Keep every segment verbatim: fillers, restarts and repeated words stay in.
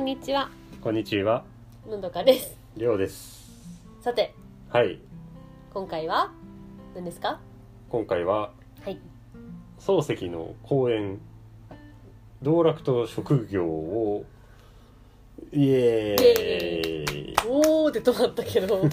んにちは。 こんにちは。 のどかです。 りょうです。 さて、 はい。 今回は何ですか？ 今回ははい。 漱石の講演、道楽と職業をイエーイ。 おーで止まったけど。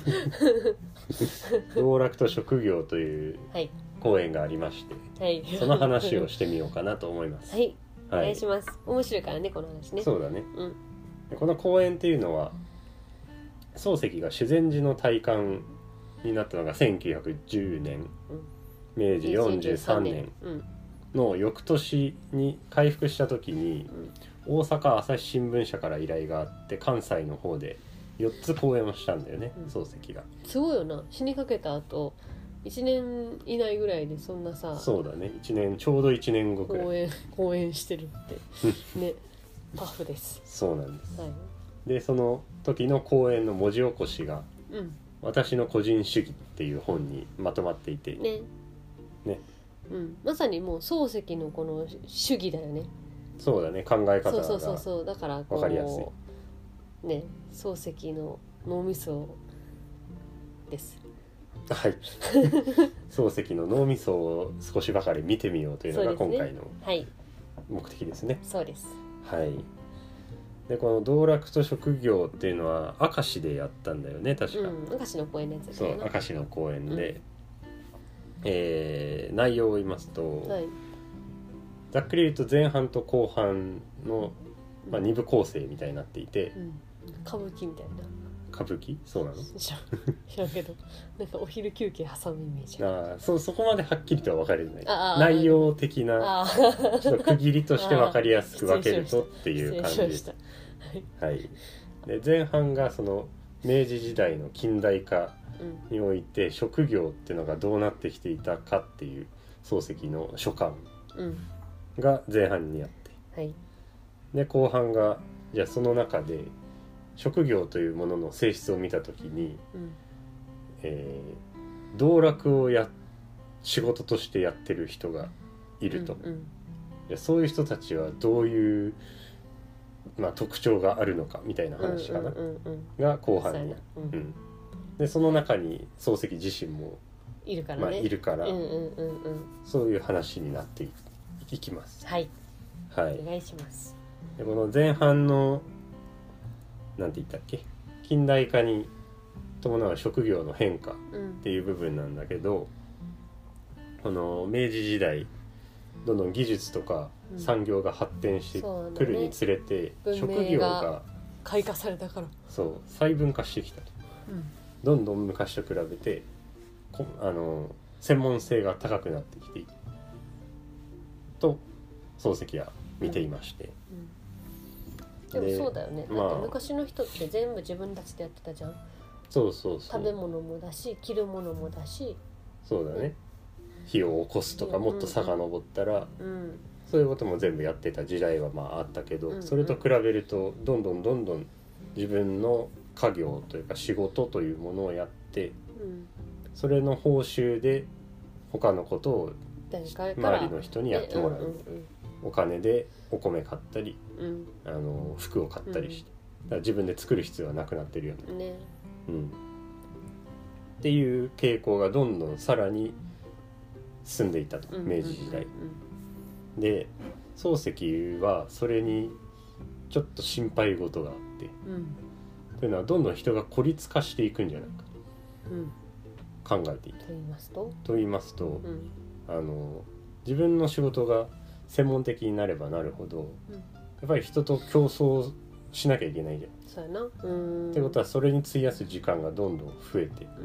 道楽と職業というはい。 講演がありまして、 はい。 その話をしてみようかなと思います。 はい。おはい。 願いします。面白いからね、この話ね。 そうだね。 うん。 でこの講演っていうのは、漱石が修禅寺の退官になったのがせんきゅうひゃくじゅうねん、めいじよんじゅうさんねんの翌年に回復した時に、うん、大阪朝日新聞社から依頼があって関西の方でよっつ講演をしたんだよね、うん、漱石が。すごいよな。死にかけた後いちねん以内ぐらいでそんなさ。 そうだね、いちねんちょうどいちねんごくらい講演講演してるってね。タフです。 そうなんです、 はい、 でその時の講演の文字起こしが、うん、私の個人主義っていう本にまとまっていてねね、 うん、まさにもう漱石のこの主義だよね。 そうだね、考え方がそうそうそう、だからこう分かりやすいね、漱石の脳みそです。 はい。漱石の脳みそを少しばかり見てみようというのが今回の目的ですね。 そうです。 はい。でこの道楽と職業っていうのは明石でやったんだよね、確か。 うん、明石の公演のやつだよね。そう、明石の公演で、うん、えー、内容を言いますと、はい、ざっくり言うと前半と後半の、まあ、に部構成みたいになっていて、うん、 歌舞伎みたいな。 歌舞伎？そうなの？ 知らんけど、なんかお昼休憩挟むイメージ。 ああ、そそこまではっきりとは分かれない。内容的なちょっと区切りとして分かりやすく分けるとっていう感じです。はい。で前半がその明治時代の近代化において職業っていうのがどうなってきていたかっていう漱石の所感が前半にあって、うん、はい、で後半がじゃあその中で職業というものの性質を見たときに、うん、えー、道楽をや仕事としてやってる人がいると、うんうん、いやそういう人たちはどういう、まあ、特徴があるのかみたいな話かな、うんうんうんうん、が後半に、うんうん、でその中に漱石自身もいるからね、 まあ、いるから、 うんうんうんうん、 そういう話になっていきます。 はい、 はい、 お願いします。 でこの前半のなんて言ったっけ、近代化に伴う職業の変化っていう部分なんだけど、うん、この明治時代どんどん技術とか産業が発展してくるにつれて、うんね、職業が開花されたからそう細分化してきたと、うん、どんどん昔と比べてこあの専門性が高くなってきていると漱石は見ていまして、うんうんでもそうだよね、だって昔の人って全部自分たちでやってたじゃん。 そうそうそう、 食べ物もだし着るものもだし。 そうだね、ね、火を起こすとかもっと遡ったら、うんうんうん、そういうことも全部やってた時代はまああったけど、うんうん、それと比べるとどんどんどんどん自分の家業というか仕事というものをやって、うん、それの報酬で他のことを周りの人にやってもらう、ね、うんうんうん、お金でお米買ったり、うん、あの服を買ったりして、うん、だから自分で作る必要はなくなってるよね、ね、うん、っていう傾向がどんどんさらに進んでいたと、明治時代、うんうんうん、で漱石はそれにちょっと心配事があって、うん、というのはどんどん人が孤立化していくんじゃないかと考えていた、 と言いますとと言いますと、うん、あの自分の仕事が専門的になればなるほど、うん、やっぱり人と競争しなきゃいけないじゃん。 そうやな。うーん。 ってことはそれに費やす時間がどんどん増えて、うん、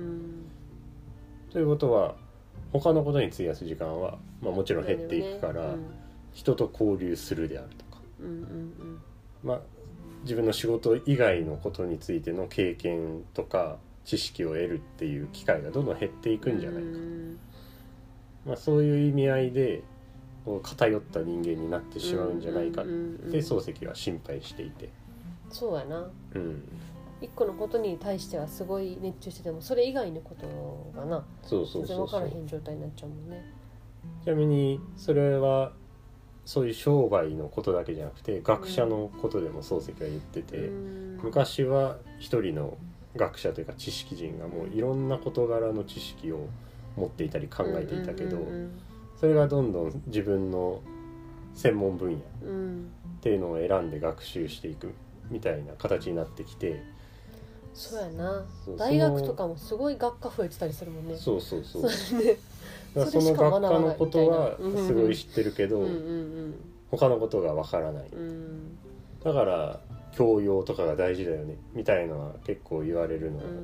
ということは他のことに費やす時間は、まあ、もちろん減っていくから、ね、うん、人と交流するであるとか、うんうんうん、まあ、自分の仕事以外のことについての経験とか知識を得るっていう機会がどんどん減っていくんじゃないか、うん、まあ、そういう意味合いで偏った人間になってしまうんじゃないかって漱石は心配していて、 そうやな、 うん、 一個のことに対してはすごい熱中しててもそれ以外のことがな、 そうそうそうそう、 全然分からへん状態になっちゃうもんね。 ちなみにそれはそういう商売のことだけじゃなくて学者のことでも漱石は言ってて、うん、昔は一人の学者というか知識人がもういろんな事柄の知識を持っていたり考えていたけど、うんうんうんうん、それがどんどん自分の専門分野っていうのを選んで学習していくみたいな形になってきて、 そうやな、大学とかもすごい学科増えてたりするもんね。 そうそうそう、それ、ね、だからその学科のことはすごい知ってるけど、うんうんうん、他のことがわからない、うん、だから教養とかが大事だよねみたいなのは結構言われるのは、うん、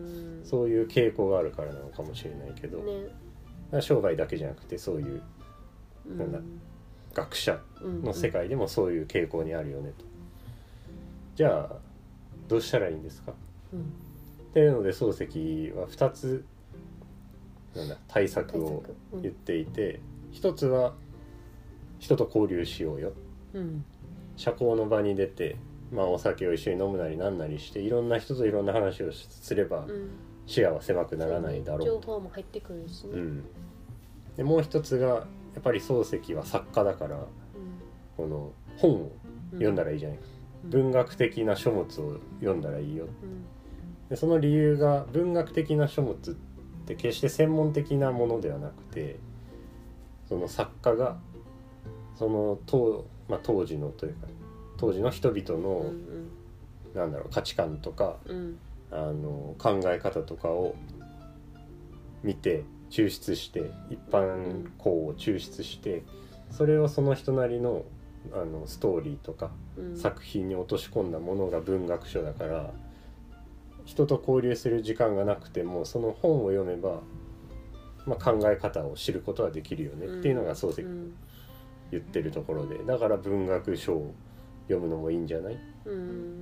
そういう傾向があるからなのかもしれないけど、ね、だから商売だけじゃなくてそういう、うん、なんだ学者の世界でもそういう傾向にあるよねと、じゃあどうしたらいいんですか、うん、っていうので漱石はふたつなんだ対策を言っていて、うん、ひとつは人と交流しようよ、うん、社交の場に出て、まあ、お酒を一緒に飲むなりなんなりしていろんな人といろんな話をすれば、うん、視野は狭くならないだろうと、 情報も入ってくるしね、うん、 でもう一つがやっぱり漱石は作家だから、うん、この本を読んだらいいじゃないか、うん、文学的な書物を読んだらいいよ、うん、でその理由が文学的な書物って決して専門的なものではなくて、その作家がその 当,、まあ、当時のというか当時の人々の、うんうん、なんだろう価値観とか、うん、あの考え方とかを見て抽出して一般項を抽出してそれをその人なりの、あのストーリーとか、うん、作品に落とし込んだものが文学書だから、人と交流する時間がなくてもその本を読めば、まあ、考え方を知ることはできるよねっていうのが漱石言ってるところで、だから文学書を読むのもいいんじゃない、うん、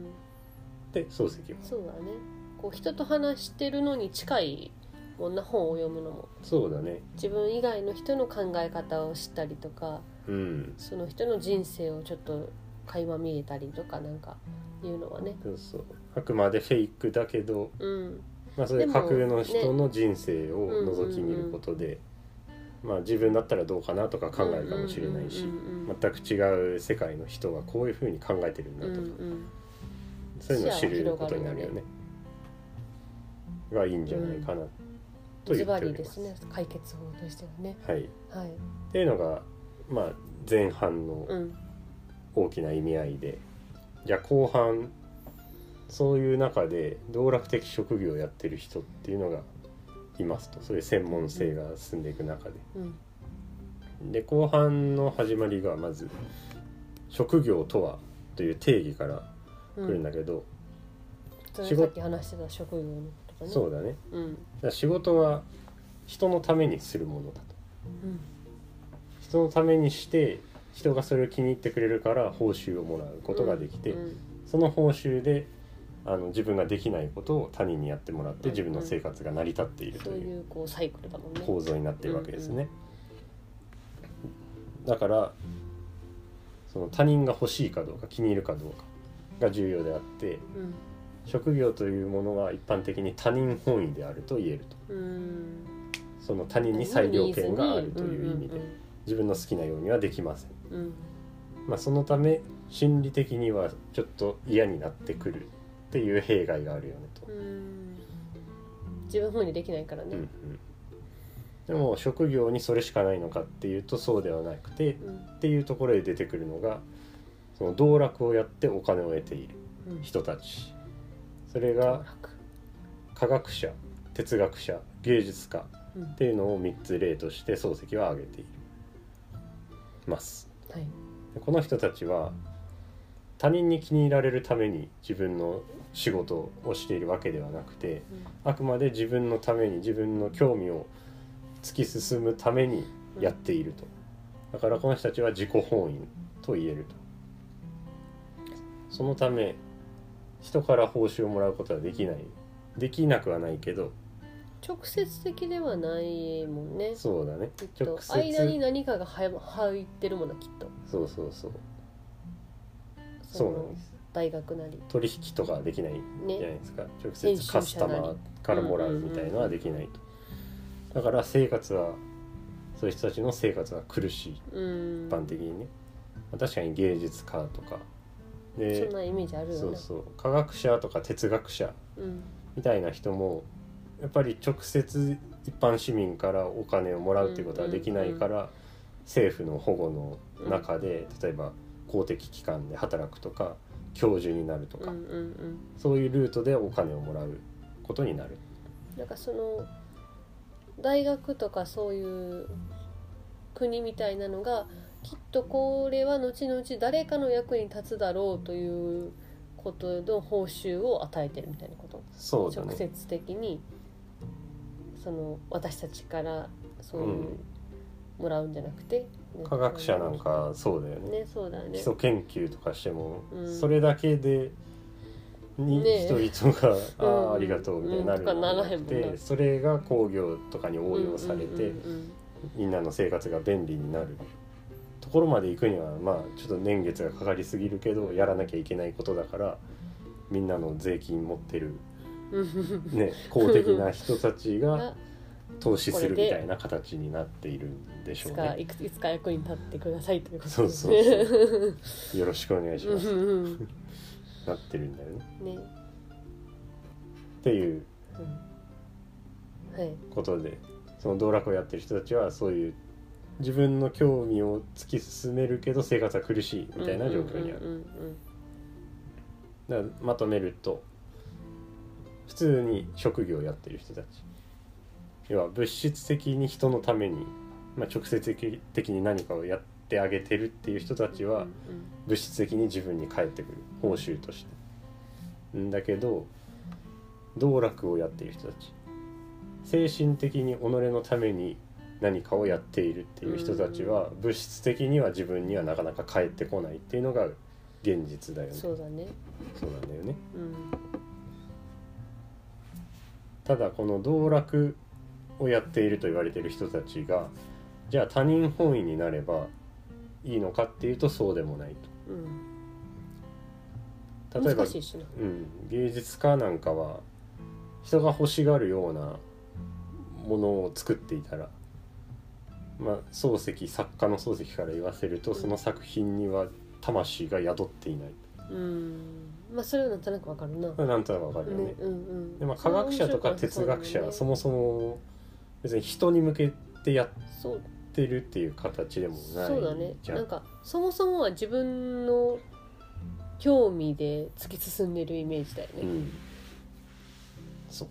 で漱石はそうだね、こう人と話してるのに近いもんな本を読むのも、 そうだね、 自分以外の人の考え方を知ったりとか、うん、その人の人生をちょっと垣間見えたりとかなんかいうのはね、 そうそう、あくまでフェイクだけど、うん、まあそれ架空の人の人生を覗き見ることで、ね、まあ自分だったらどうかなとか考えるかもしれないし、全く違う世界の人がこういうふうに考えてるんだとか、うんうん、そういうのを知ることになるよね、がいいんじゃないかな、うんと言っております。ズバリですね、解決法としてはね。 はい。はい、っていうのがまあ前半の大きな意味合いで、うん、じゃあ後半そういう中で道楽的職業をやってる人っていうのがいますと、そういう専門性が進んでいく中で、うん、で後半の始まりがまず職業とはという定義から来るんだけど、 うん、それさっき話してた職業のね、 そうだね、うん、だから仕事は人のためにするものだと、うん、人のためにして人がそれを気に入ってくれるから報酬をもらうことができて、うんうん、その報酬であの自分ができないことを他人にやってもらって自分の生活が成り立っているという構造になっているわけですね、だからその他人が欲しいかどうか気に入るかどうかが重要であって、うん、職業というものは一般的に他人本位であると言えると、うん、その他人に裁量権があるという意味で自分の好きなようにはできません、うん、まあ、そのため心理的にはちょっと嫌になってくるっていう弊害があるよねと、うん、 自分本位にできないからね、うんうん、 でも職業にそれしかないのかっていうとそうではなくて、うん、っていうところで出てくるのがその道楽をやってお金を得ている人たち、うん、それが科学者、哲学者、芸術家っていうのをみっつ例として漱石は挙げています、はい、でこの人たちは他人に気に入られるために自分の仕事をしているわけではなくて、うん、あくまで自分のために自分の興味を突き進むためにやっていると、だからこの人たちは自己本位と言えると。そのため人から報酬をもらうことはできない、できなくはないけど直接的ではないもんね。 そうだね、 直接間に何かが入ってるものきっと。 そうそうそうそうなんです。 大学なり取引とかできないじゃないですか、ね、直接カスタマーからもらうみたいのはできないと、だから生活はそういう人たちの生活は苦しい、一般的にね。 確かに芸術家とかで、 そんなイメージあるよね。 そうそう、科学者とか哲学者みたいな人もやっぱり直接一般市民からお金をもらうっていうことはできないから、うんうんうん、政府の保護の中で、例えば公的機関で働くとか教授になるとか、うんうんうん、そういうルートでお金をもらうことになる。 なんかその大学とかそういう国みたいなのがきっとこれは後々誰かの役に立つだろうということの報酬を与えてるみたいなこと。 そうだね、 直接的にその私たちからそういう、うん、もらうんじゃなくて、 ね、科学者なんかそうだよね。 ね、そうだね。 基礎研究とかしても、うん、それだけでに人々が、ね、ああ、ありがとうみたいになるのでなくて、うん、それが工業とかに応用されて、うんうんうんうん、みんなの生活が便利になるところまで行くには、まあちょっと年月がかかりすぎるけどやらなきゃいけないことだから、みんなの税金持ってるね、公的な人たちが投資するみたいな形になっているんでしょうね。 いつか、いつか役に立ってくださいということですね。そうそうそうよろしくお願いしますなってるんだよね。ねっていうことで、その道楽をやってる人たちはそういう自分の興味を突き進めるけど生活は苦しいみたいな状況にある。だからまとめると、普通に職業をやってる人たち、要は物質的に人のために、まあ、直接的に何かをやってあげてるっていう人たちは物質的に自分に返ってくる報酬として。んだけど道楽をやっている人たち、精神的に己のために何かをやっているっていう人たちは物質的には自分にはなかなか返ってこないっていうのが現実だよね。 そうだね。 そうなんだよね。 うん、 ただこの道楽をやっていると言われている人たちが、じゃあ他人本位になればいいのかっていうとそうでもないと。 うん、 例えば、 難しいしな。 うん、芸術家なんかは人が欲しがるようなものを作っていたら、まあ、漱石作家の漱石から言わせると、その作品には魂が宿っていない。 うん、まあそれはなんとなくわかるな。 なんとなくわかるよね。 ね、うんうん、 でまあ、科学者とか哲学者はそもそも別に人に向けてやってるっていう形でもないじゃん。 そうだね。なんかそもそもは自分の興味で突き進んでるイメージだよね。うん、 そう、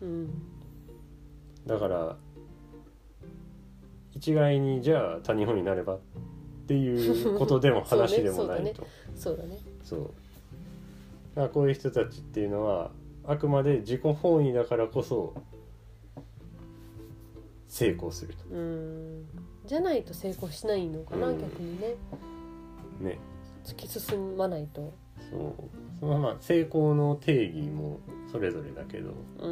うん、 だから一概にじゃあ他人本位になればっていうことでも話でもないと。 そうだね。 そうだからこういう人たちっていうのはあくまで自己本位だからこそ成功すると。 うん、じゃないと成功しないのかな、うん、逆にね。 ね。 突き進まないと。 そう。そのまあ成功の定義もそれぞれだけど、 うん、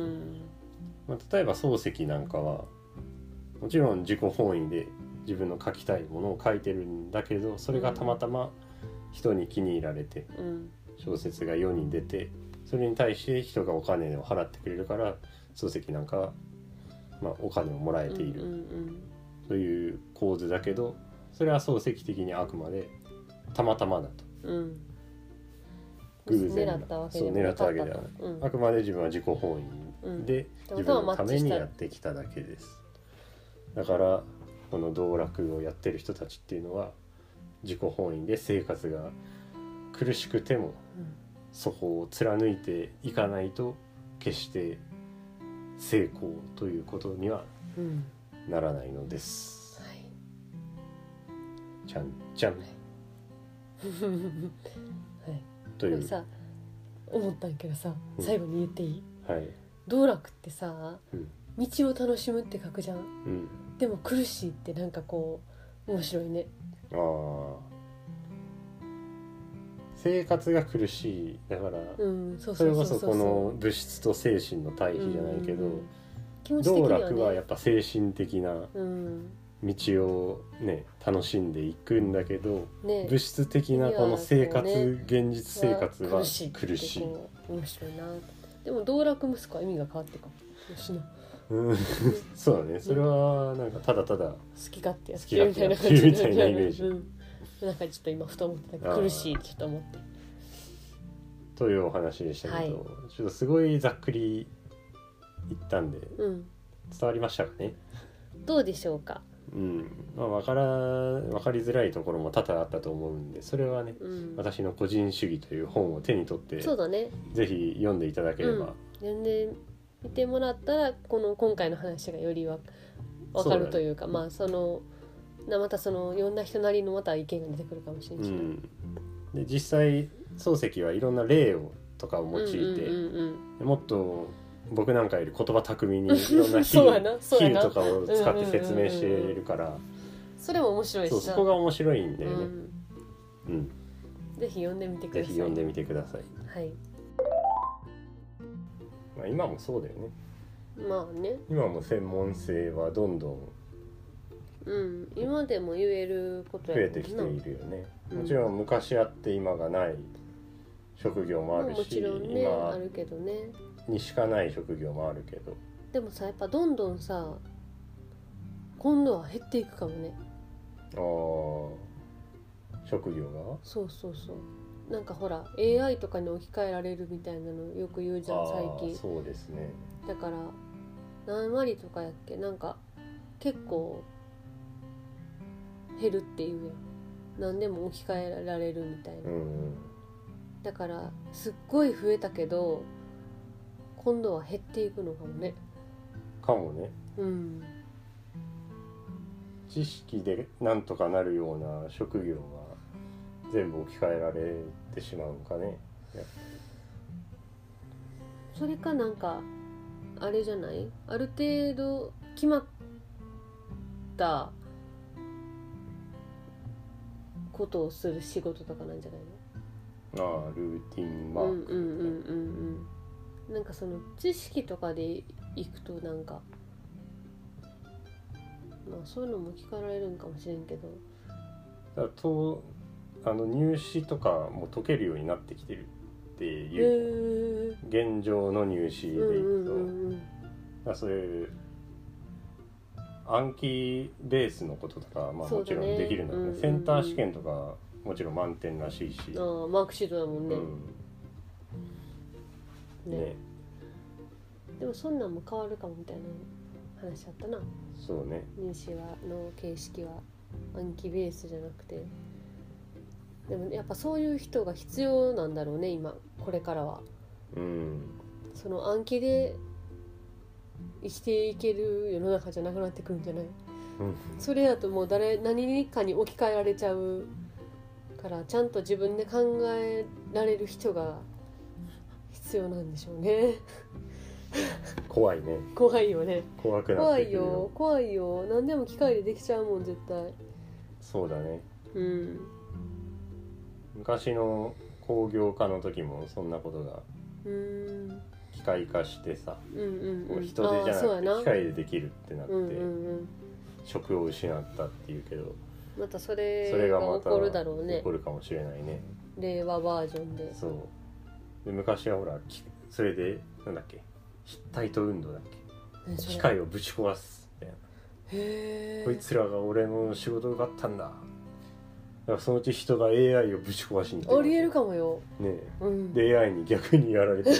まあ、例えば漱石なんかはもちろん自己本位で自分の書きたいものを書いてるんだけど、それがたまたま人に気に入られて、うん、小説が世に出て、それに対して人がお金を払ってくれるから漱石なんかは、まあ、お金をもらえている、うんうんうん、という構図だけど、それは漱石的にあくまでたまたまだと、 うん、 偶然だ、 狙ったわけでもなかったと。そう、狙ったわけではない、うん、あくまで自分は自己本位で、うん、自分のためにやってきただけです。だからこの道楽をやってる人たちっていうのは自己本位で生活が苦しくても、うん、そこを貫いていかないと決して成功ということにはならないのです、うん、はい、ちゃんちゃん、はいはい、 というさ、思ったんけどさ、最後に言っていい、 うん、はい、 道楽ってさ、 うん、 道を楽しむって書くじゃん、 うん、 でも苦しいってなんかこう面白いね。 ああ、生活が苦しいだから、うん、そうそうそうそう、それこそこの物質と精神の対比じゃないけど、うんうん、 気持ち的にはね、 道楽はやっぱ精神的な道をね楽しんでいくんだけど、ね、物質的なこの生活、ね、現実生活は苦しい。 面白いな。でも道楽息子は意味が変わってかもしなうん、そうだね。それはなんかただただ好き勝手やってるみたいな感じみたいなイメージ、うん、 なんかちょっと今ふと思ってた苦しいちょっと思ってというお話でしたけど、はい、ちょっとすごいざっくり言ったんで、うん、伝わりましたかね。 どうでしょうか。 うん、まあ、分から分かりづらいところも多々あったと思うんで、それはね、うん、私の個人主義という本を手に取ってそうだね、ぜひ読んでいただければ、うん、 読んでみてもらったらこの今回の話がよりわ分かるというか、まあそのまたその読んだ人なりのまた意見が出てくるかもしれないし、うん、 で実際漱石はいろんな例をとかを用いて、うんうんうんうん、もっと僕なんかより言葉巧みにいろんな比喩とかを使って説明しているから、 それも面白いし、 そうそこが面白いんだよね、うんうん、ぜひ読んでみてください。 ぜひ読んでみてください。 はい。 まあ、今もそうだよね。 まあね。 今も専門性はどんどん、 うん、今でも言えることや増えてきているよね。もちろん昔あって今がない職業もあるし、もちろんね、今あるけどね。にしかない職業もあるけど、 でもさやっぱどんどんさ今度は減っていくかもね。 ああ、職業がそうそうそう、なんかほら エーアイ とかに置き換えられるみたいなのよく言うじゃん最近。 そうですね。 だから何割とかやっけ、なんか結構減るっていうやん、何でも置き換えられるみたいな、うんうん、だからすっごい増えたけど今度は減っていくのかもね。 かもね。 うん。 知識でなんとかなるような職業が全部置き換えられてしまうかね。 それかなんかあれじゃない？ある程度決まったことをする仕事とかなんじゃないの？ああ、ルーティンワーク。 うんうんうんうんうん。なんかその知識とかでいくとなんかまあそういうのも聞かれるんかもしれんけど、 だとあの入試とかも解けるようになってきてるっていう現状の入試でいくと、うんうんうんうん、だそういう暗記ベースのこととか、まあ、もちろんできるんだけど、ね、うんうんうん、センター試験とかもちろん満点らしいし、 あマークシートだもんね、 うん、ね, ねでもそんなんも変わるかもみたいな話あったな。 そうね、 入試はの形式は暗記ベースじゃなくて、でもやっぱそういう人が必要なんだろうね今これからは、うん、その暗記で生きていける世の中じゃなくなってくるんじゃない、うん、それやともう誰何かに置き換えられちゃうからちゃんと自分で考えられる人が必要なんでしょうね。 怖いね。 怖いよね。 怖くなってくるよ。 怖いよ怖いよ。何でも機械でできちゃうもん絶対。 そうだね。 うん。 昔の工業化の時もそんなことがうん機械化してさ、 うんうんうん、 人手じゃなくて機械でできるってなって、うんうんうん、職を失ったっていうけど、 またそれが起こるだろうね。 起こるかもしれないね。 令和バージョンで。 そうで昔はほらそれでなんだっけヒッタイト運動だっけ、機械をぶち壊すみたいな。 へー、 こいつらが俺の仕事を奪ったんだ。だからそのうち人が エーアイ をぶち壊しに行ってありえるかもよ、 ねえ、うん、で エーアイ に逆にやられてる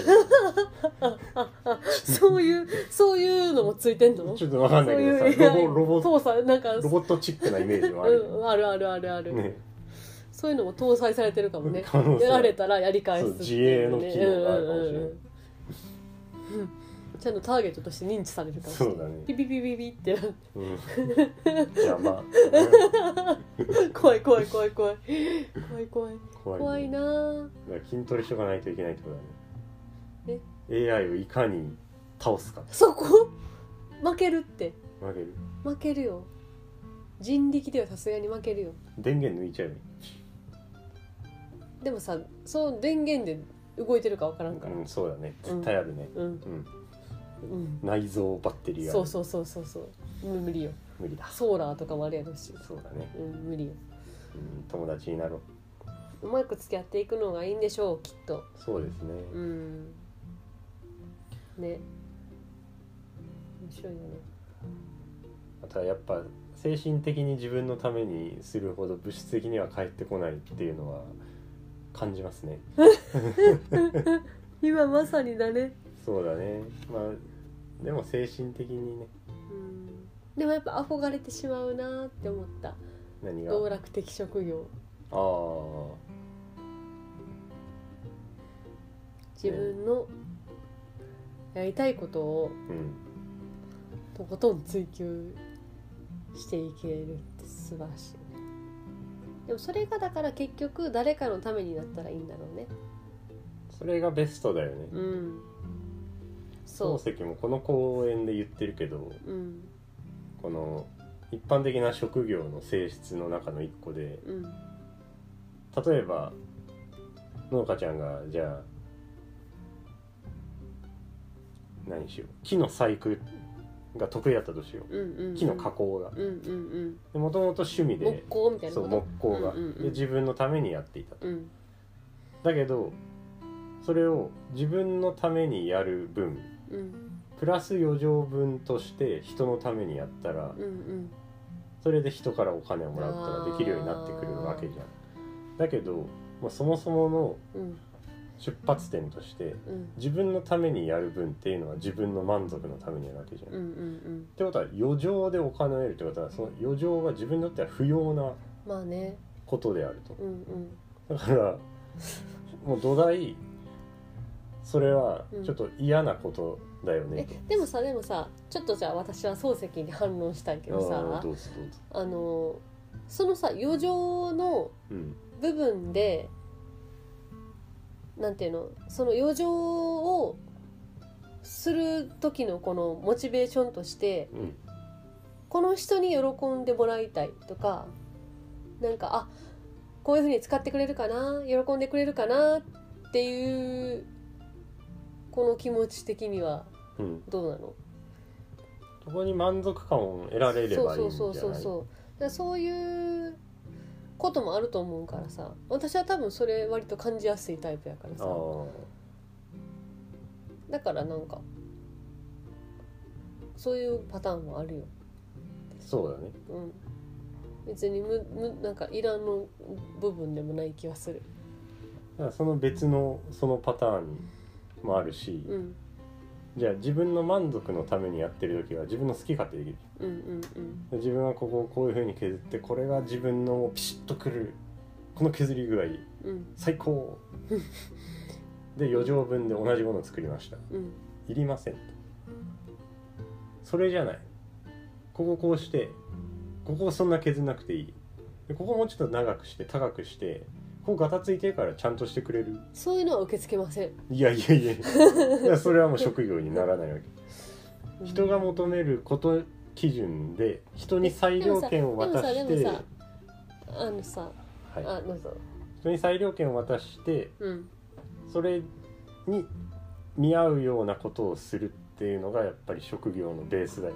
そういうそういうのもついてんのちょっと分かんないけどさ、ロボロボ搭載なんかロボットチックなイメージもある、 うん、あるあるあるある、 ね、 そういうのも搭載されてるかもね。やられたらやり返すっていう、ね、自衛の機能があるかもしれない、うんうんうんうん、ちゃんとターゲットとして認知されるかもしれない。 そうだね。 ピピピピピってな、 うん、邪魔怖い怖い怖い怖い怖い怖い怖い、ね、 怖いな。だから筋トレしとかないといけないってことだね。 えエーアイ をいかに倒すか。 そこ負けるって。 負ける負けるよ。人力ではさすがに負けるよ。 電源抜いちゃうよ。 でもさ、そう電源で動いてるか分からんから、 うん、そうだね、絶対あるね、 うんうんうん、内蔵バッテリーがある。そうそうそうそうそう、無理よ。 無理だ。 ソーラーとかもあるやろし。 そうだね、 うん、無理よ、 うん、友達になろう。うまく付き合っていくのがいいんでしょうきっと。 そうですね、 うん、ね、面白いよね。 あとはやっぱ精神的に自分のためにするほど物質的には返ってこないっていうのは感じますね今まさにだね。 そうだね。まあでも精神的にね、 うん、でもやっぱ憧れてしまうなって思った。 何が？ 道楽的職業。 ああ、 自分のやりたいことを、 うん、 とことん追求していけるって素晴らしいね。でもそれがだから結局誰かのためになったらいいんだろうね。 それがベストだよね。 うん。 そう。漱石もこの講演で言ってるけど、 うん、 この一般的な職業の性質の中の一個で、 うん、 例えば農家ちゃんがじゃあ何しよう、木の細工が得意だったとしよう、うんうんうん、木の加工がもともと趣味で木工みたいなこと、 そう木工が、うんうんうん、で自分のためにやっていたと、 うん、 だけどそれを自分のためにやる分、うん、プラス余剰分として人のためにやったら、うんうん、それで人からお金をもらうことができるようになってくるわけじゃん。だけど、まあ、そもそもの出発点として、うん、自分のためにやる分っていうのは自分の満足のためにやるわけじゃん、うんうんうん、ってことは余剰でお金を得るってことはその余剰が自分にとっては不要なことであると、まあね、うんうん、だからもう土台それはちょっと嫌なことだよね、 うん、えでもさでもさちょっとじゃあ私は漱石に反論したいけどさ、あ、 どうぞどうぞ。 あのそのさ余剰の部分で、うん、なんていうの、その余剰をする時のこのモチベーションとして、うん、この人に喜んでもらいたいとか、なんかあこういう風に使ってくれるかな、喜んでくれるかなっていうこの気持ち的にはどうなの？うん、 そこに満足感を得られればいいんじゃない？そうそうそうそう。そういうこともあると思うからさ、私は多分それ割と感じやすいタイプやからさ、だからなんかそういうパターンもあるよ。 そうだね。 うん。別にむむなんかいらんの部分でもない気がする。 だからその別のそのパターンもあるし、うん、じゃあ自分の満足のためにやってる時は自分の好き勝手できる、うんうんうん、自分はここをこういう風に削ってこれが自分のピシッとくるこの削り具合、うん、最高で余剰分で同じものを作りました、うん、いりませんと。それじゃない、こここうしてここそんな削んなくていい、でここもうちょっと長くして高くしてこうガタついてるからちゃんとしてくれる、 そういうのは受け付けません。 いやいやいやいやそれはもう職業にならないわけ人が求めること基準で人に裁量権を渡して、でもさ、でもさあのさ、はい、あどうぞ。 人に裁量権を渡して、うん、それに見合うようなことをするっていうのがやっぱり職業のベースだよね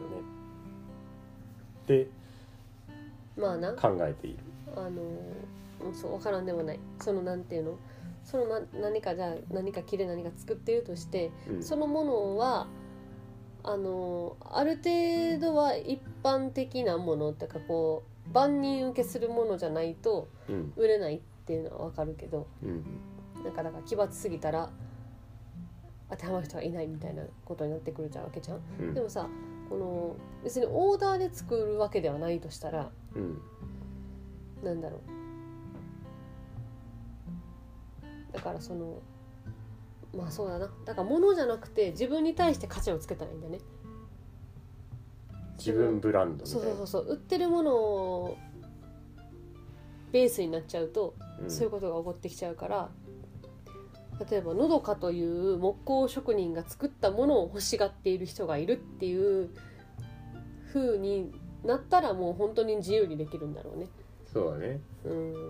ってまあな考えている。 あのそう分からんでもない。そのなんていうの、そのな何かじゃあ何か木で何か作っているとして、うん、そのものはあのある程度は一般的なものってかこう万人受けするものじゃないと売れないっていうのは分かるけど、うん、なんかだから奇抜すぎたら当てはまる人がいないみたいなことになってくるじゃんわけじゃん、うん、でもさこの別にオーダーで作るわけではないとしたら、うん、なんだろう、だからそのまあそうだな、だから物じゃなくて自分に対して価値をつけたらいいんだね。 自分ブランドみたいな。 そうそうそう、売ってるものをベースになっちゃうと、うん、そういうことが起こってきちゃうから、例えばのどかという木工職人が作ったものを欲しがっている人がいるっていう風になったらもう本当に自由にできるんだろうね。 そうだね。 うん。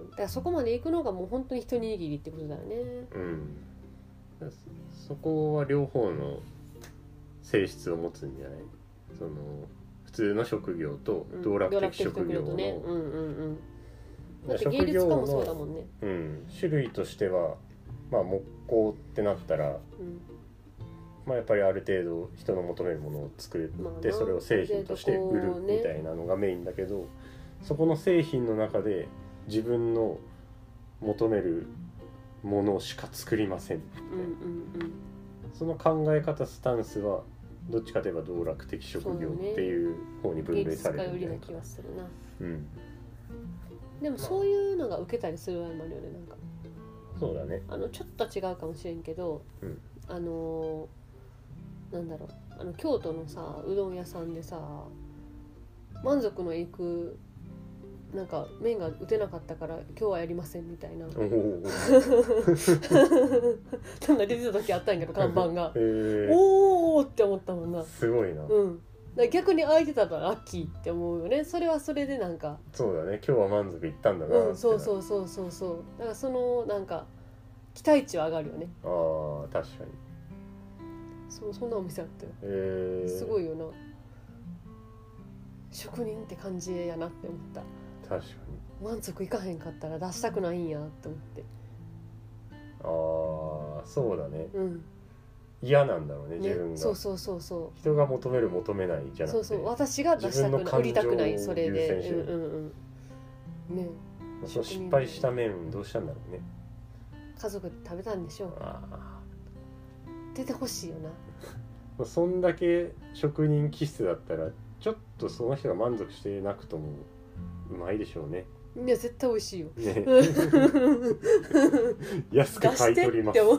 だからそこまで行くのがもう本当に一握りってことだよね。 うん。そこは両方の性質を持つんじゃない？その普通の職業と道楽的職業の、うん、ね、うんうんうん。だって芸術家もそうだもんね。うん。種類としてはまあ木工ってなったら、うん、 まあ、やっぱりある程度人の求めるものを作って、まあ、それを製品として売るみたいなのがメインだけど、そこの製品の中で自分の求めるものしか作りませんみたいな、うんうんうん、その考え方スタンスはどっちかといえば道楽的職業っていう方に分類されるみたいな気がするな、うん、 でもそういうのが受けたりする場合もあるよね。なんかそうだね、 あのちょっと違うかもしれんけど、うん、あのなんだろう、あの京都のさうどん屋さんでさ満足のいくなんか麺が打てなかったから今日はやりませんみたいなそんな出てた時あったんやけど看板がおーって思ったもんな。 すごいな、 うん、だ逆に空いてたらラッキーって思うよね。それはそれでなんかそうだね、今日は満足いったんだなって、 うん、そうそうそうそうそう、だからそのなんか期待値は上がるよね。 ああ確かに、 そう、そんなお店あったよ、 えー、 すごいよな、職人って感じやなって思った。 確かに満足いかへんかったら出したくないんやって思って。 ああそうだね、 うん、 嫌なんだろうね、自分が、 ね、そうそうそうそう、 人が求める求めないじゃなくて、 そうそう、私が出したくない、売りたくない、それで、うんうんうん、ね、 そう失敗した麺どうしたんだろうね。 家族で食べたんでしょう。あ出てほしいよな。そんだけ職人気質だったらちょっとその人が満足してなくともうまいでしょうね。 いや絶対美味しいよ、ね、 安く買い取りますって思う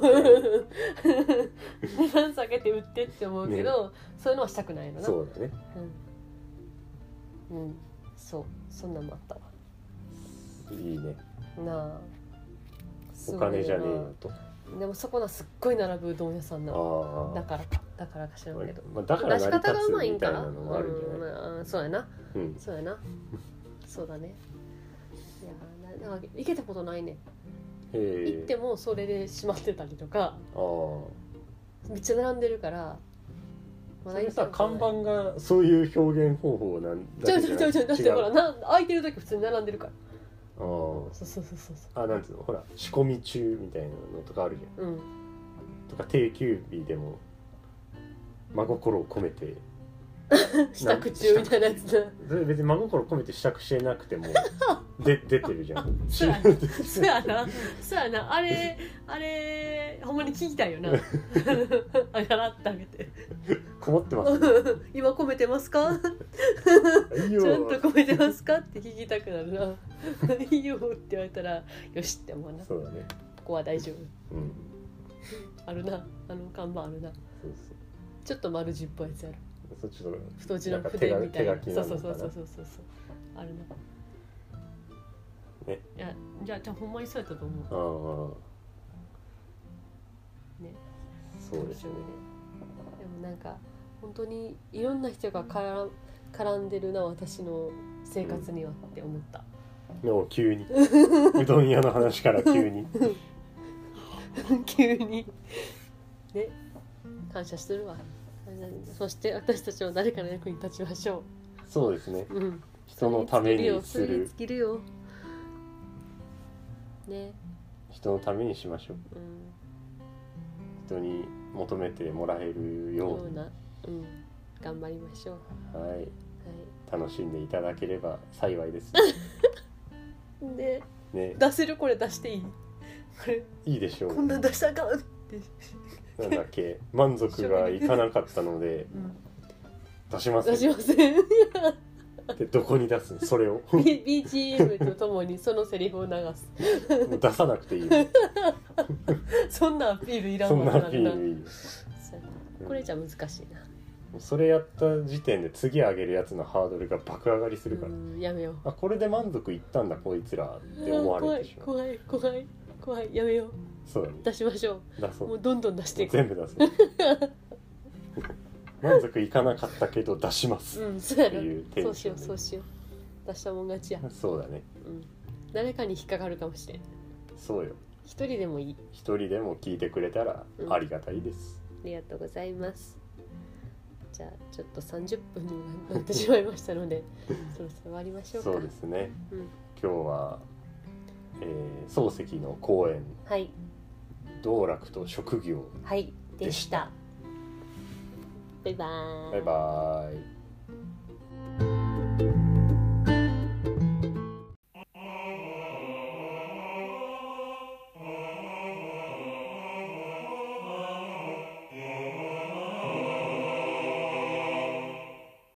値段下げて売ってって思うけど、ね、そういうのはしたくないのな。 そうだね、 うん、うん、そう、そんなんもあったわ。 いいねなあ、 お金じゃねえよと。 でもそこなすっごい並ぶうどん屋さんなの。だからかだからか知らんけど、 まあ、だから成り立つみたいなのもあるんじゃない、 うん、そうやな、うん、そうやなそうだね。いやなんか行けたことないね。行ってもそれで閉まってたりとか、あめっちゃ並んでるから。 それさ、看板がそういう表現方法なんだけじゃなくて、 ちょちょちょだってほらな空いてる時普通に並んでるから。 あそうそうそうそうあ、なんつうの、ほら仕込み中みたいなのとかあるじゃん、うん、とか定休日でも真心を込めて支度中みたいなやつだ。 それ別に真心込めて支度してなくてもで出てるじゃん。 そうやなそうやな、あれあれほんまに聞きたいよなあれ洗ってあげてこもってます、ね、 今込めてますかちゃんと込めてますかって聞きたくなるな。いいよって言われたらよしって思うな。 そうだね、 ここは大丈夫、うん、あるな、あの看板あるな。そうそう、ちょっと丸字っぽいやつやる。 そっちの太字の筆みたいな。そうそうそうそうそうそうあるな。ね、いやじゃあじゃあほんまにそうやったと思う。ああ。ね。 そうですよね。 でもなんか本当にいろんな人が絡絡んでるな私の生活にはって思った。 うん、もう急にうどん屋の話から急に急にね、感謝するわ。そして私たちは誰かの役に立ちましょう。 そうですね、うん、人のためにする、 尽きるよ、ね、 人のためにしましょう、うん、人に求めてもらえるような、 うん、頑張りましょう。 はい、はい、楽しんでいただければ幸いですね、ね、出せる、これ出していい？これいいでしょう。 こんなん出したかってなんだっけ、満足がいかなかったので、うん、出しません。 出しませんでどこに出すのそれをビージーエム とともにそのセリフを流すもう出さなくていいそんなアピールいらんわ。そんなアピールいいよ。 これじゃ難しいな。 それやった時点で次上げるやつのハードルが爆上がりするから、 うんやめよう。 あ、これで満足いったんだこいつらって思われてしまう。 怖い怖い怖い怖い、やめよう。 そうだね、 出しましょう。 出そう。 もうどんどん出していく。 全部出す満足いかなかったけど出しますっていうテンション、 そうしようそうしよう。出したもん勝ちや。 そうだね、 うん、誰かに引っかかるかもしれん。 そうよ、 一人でもいい。 一人でも聞いてくれたらありがたいです、 うん、ありがとうございます。じゃあちょっとさんじゅっぷんになってしまいましたのでそろそろ終わりましょうか。 そうですね、うん、今日は、えー、漱石の講演、 はい、 道楽と職業はいでした。 バイバーイ。 バイバイ。